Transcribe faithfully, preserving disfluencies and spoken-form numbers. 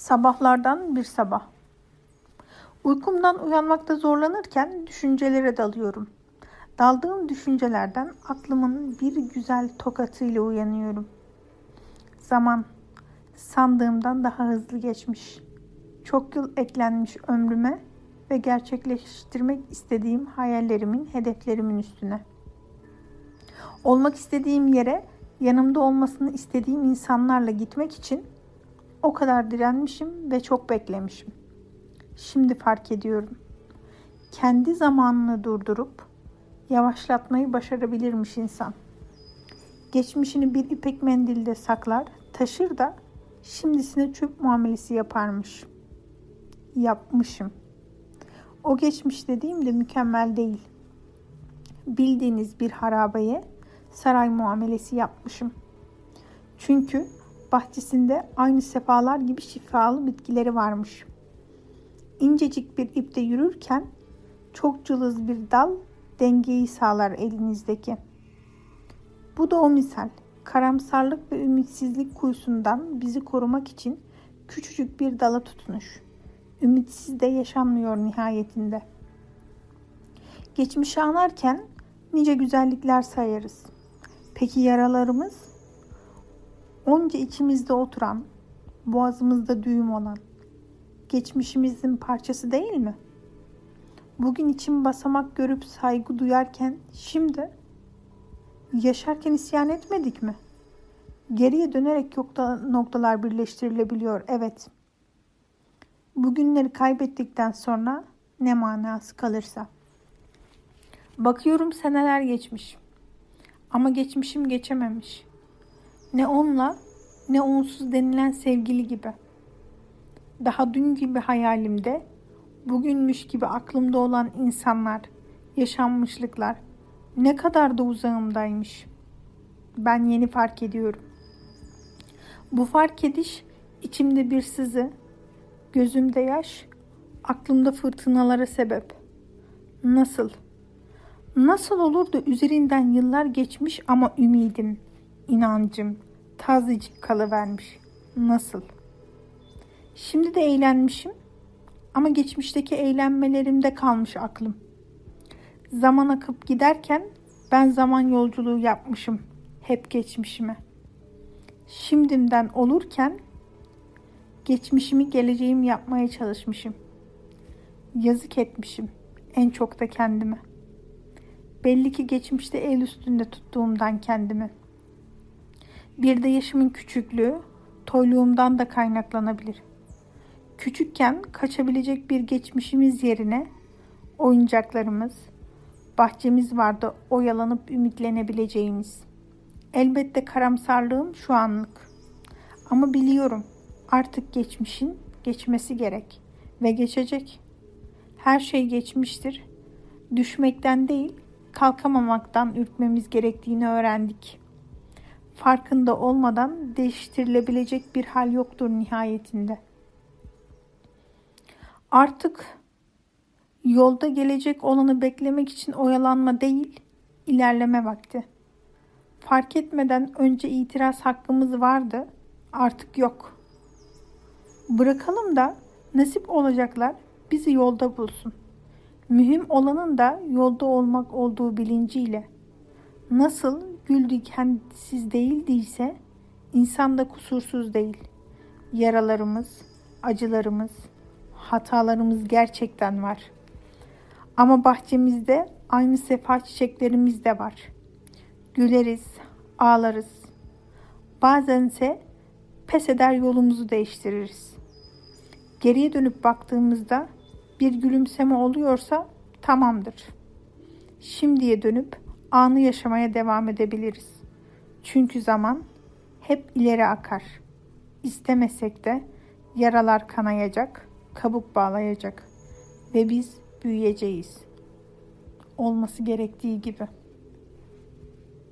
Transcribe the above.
Sabahlardan bir sabah. Uykumdan uyanmakta zorlanırken düşüncelere dalıyorum. Daldığım düşüncelerden aklımın bir güzel tokatıyla uyanıyorum. Zaman sandığımdan daha hızlı geçmiş. Çok yıl eklenmiş ömrüme ve gerçekleştirmek istediğim hayallerimin, hedeflerimin üstüne. Olmak istediğim yere, yanımda olmasını istediğim insanlarla gitmek için o kadar direnmişim ve çok beklemişim. Şimdi fark ediyorum. Kendi zamanını durdurup yavaşlatmayı başarabilirmiş insan. Geçmişini bir ipek mendilde saklar, taşır da şimdisine çöp muamelesi yaparmış. Yapmışım. O geçmiş dediğim de mükemmel değil. Bildiğiniz bir harabeye saray muamelesi yapmışım. Çünkü bahçesinde aynı sefalar gibi şifalı bitkileri varmış. İncecik bir ipte yürürken çok cılız bir dal dengeyi sağlar elinizdeki. Bu da o misal. Karamsarlık ve ümitsizlik kuyusundan bizi korumak için küçücük bir dala tutunuş. Ümitsiz de yaşanmıyor nihayetinde. Geçmişi anarken nice güzellikler sayarız. Peki yaralarımız? Onca içimizde oturan, boğazımızda düğüm olan, geçmişimizin parçası değil mi? Bugün için basamak görüp saygı duyarken şimdi yaşarken isyan etmedik mi? Geriye dönerek noktalar birleştirilebiliyor, evet. Bugünleri kaybettikten sonra ne manası kalırsa. Bakıyorum seneler geçmiş ama geçmişim geçememiş. Ne onla ne onsuz denilen sevgili gibi. Daha dün gibi hayalimde, bugünmüş gibi aklımda olan insanlar, yaşanmışlıklar ne kadar da uzağımdaymış. Ben yeni fark ediyorum. Bu fark ediş içimde bir sızı, gözümde yaş, aklımda fırtınalara sebep. Nasıl? Nasıl olur da üzerinden yıllar geçmiş ama ümidim, inancım tazecik kalıvermiş. Nasıl? Şimdi de eğlenmişim ama geçmişteki eğlenmelerimde kalmış aklım. Zaman akıp giderken ben zaman yolculuğu yapmışım hep geçmişime. Şimdimden olurken geçmişimi geleceğim yapmaya çalışmışım. Yazık etmişim en çok da kendime. Belli ki geçmişte el üstünde tuttuğumdan kendimi. Bir de yaşımın küçüklüğü, toyluğumdan da kaynaklanabilir. Küçükken kaçabilecek bir geçmişimiz yerine oyuncaklarımız, bahçemiz vardı oyalanıp ümitlenebileceğimiz. Elbette karamsarlığım şu anlık. Ama biliyorum artık geçmişin geçmesi gerek ve geçecek. Her şey geçmiştir. Düşmekten değil, kalkamamaktan ürkmemiz gerektiğini öğrendik. Farkında olmadan değiştirilebilecek bir hal yoktur nihayetinde. Artık yolda gelecek olanı beklemek için oyalanma değil, ilerleme vakti. Fark etmeden önce itiraz hakkımız vardı, artık yok. Bırakalım da nasip olacaklar bizi yolda bulsun. Mühim olanın da yolda olmak olduğu bilinciyle. Nasıl gül dikensiz değildiyse insan da kusursuz değil. Yaralarımız, acılarımız, hatalarımız gerçekten var. Ama bahçemizde aynı sefa çiçeklerimiz de var. Güleriz, ağlarız. Bazense pes eder yolumuzu değiştiririz. Geriye dönüp baktığımızda bir gülümseme oluyorsa tamamdır. Şimdiye dönüp anı yaşamaya devam edebiliriz. Çünkü zaman hep ileri akar. İstemesek de yaralar kanayacak, kabuk bağlayacak ve biz büyüyeceğiz. Olması gerektiği gibi.